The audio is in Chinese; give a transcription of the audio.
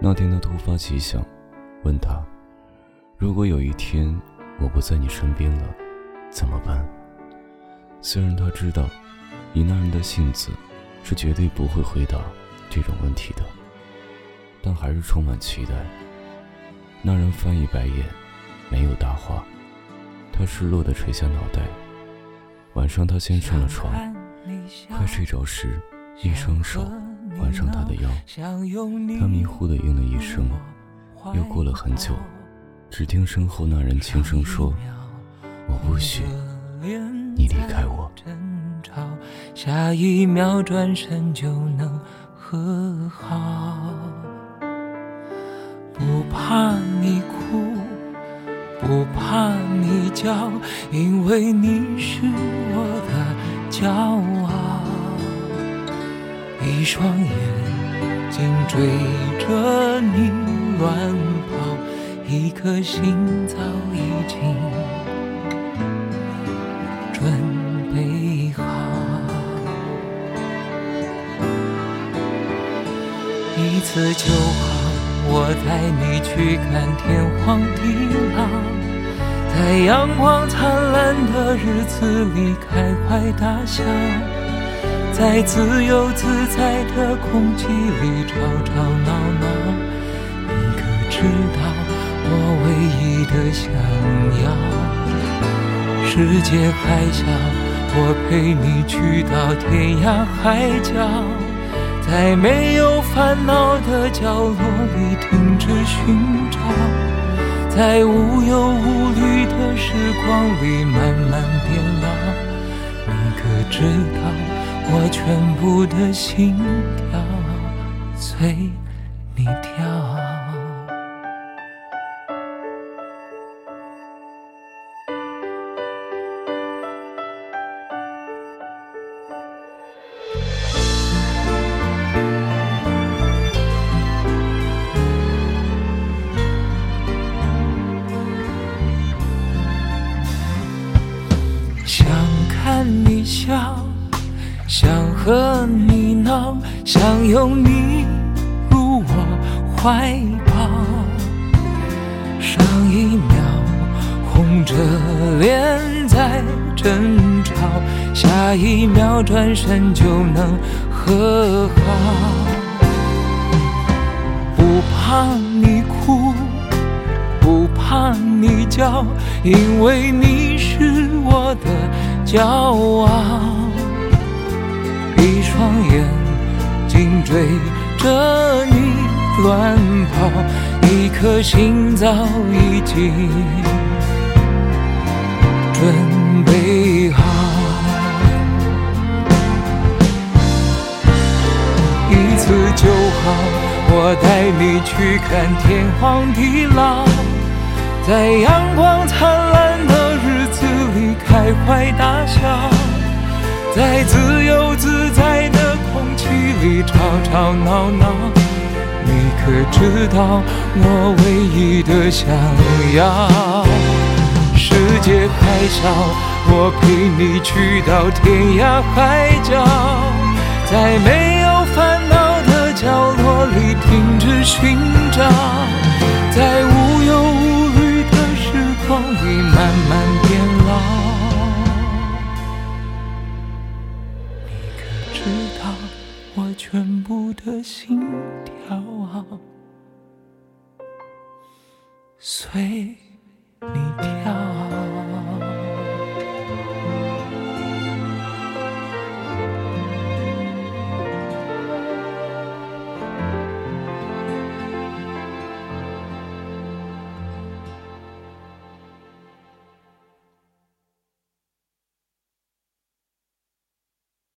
那天他突发奇想，问他，如果有一天我不在你身边了，怎么办？虽然他知道以那人的性子是绝对不会回答这种问题的，但还是充满期待。那人翻一白眼，没有答话。他失落地垂下脑袋。晚上他先上了床，快睡着时，一双手环上他的腰。他迷糊地应了一声。又过了很久，只听身后那人轻声说，我不许你离开我。 下一秒转身就能和好。不怕你哭，不怕你叫，因为你是我的骄傲。一双眼睛追着你乱跑，一颗心早已经准备好。一次就好，我带你去看天荒地老，在阳光灿烂的日子里开怀大笑，在自由自在的空气里吵吵闹闹。你可知道我唯一的想要？世界还小，我陪你去到天涯海角，在没有烦恼的角落里停止寻找，在无忧无虑的时光里慢慢变老。你可知道我全部的心跳随你跳。想看你笑，想和你闹，想拥你入我怀抱。上一秒红着脸在争吵，下一秒转身就能和好。不怕你哭，不怕你叫，因为你是我的骄傲。一双眼睛追着你乱跑，一颗心早已经准备好。一次就好，我带你去看天荒地老，在阳光灿烂的日子里开怀大笑，在自由自在的空气里吵吵闹闹。你可知道我唯一的想要？世界还小，我陪你去到天涯海角，在没有烦恼的角落里停止寻找，在无忧无虑的时光里慢慢变老。你可知道我全部的心跳随你跳。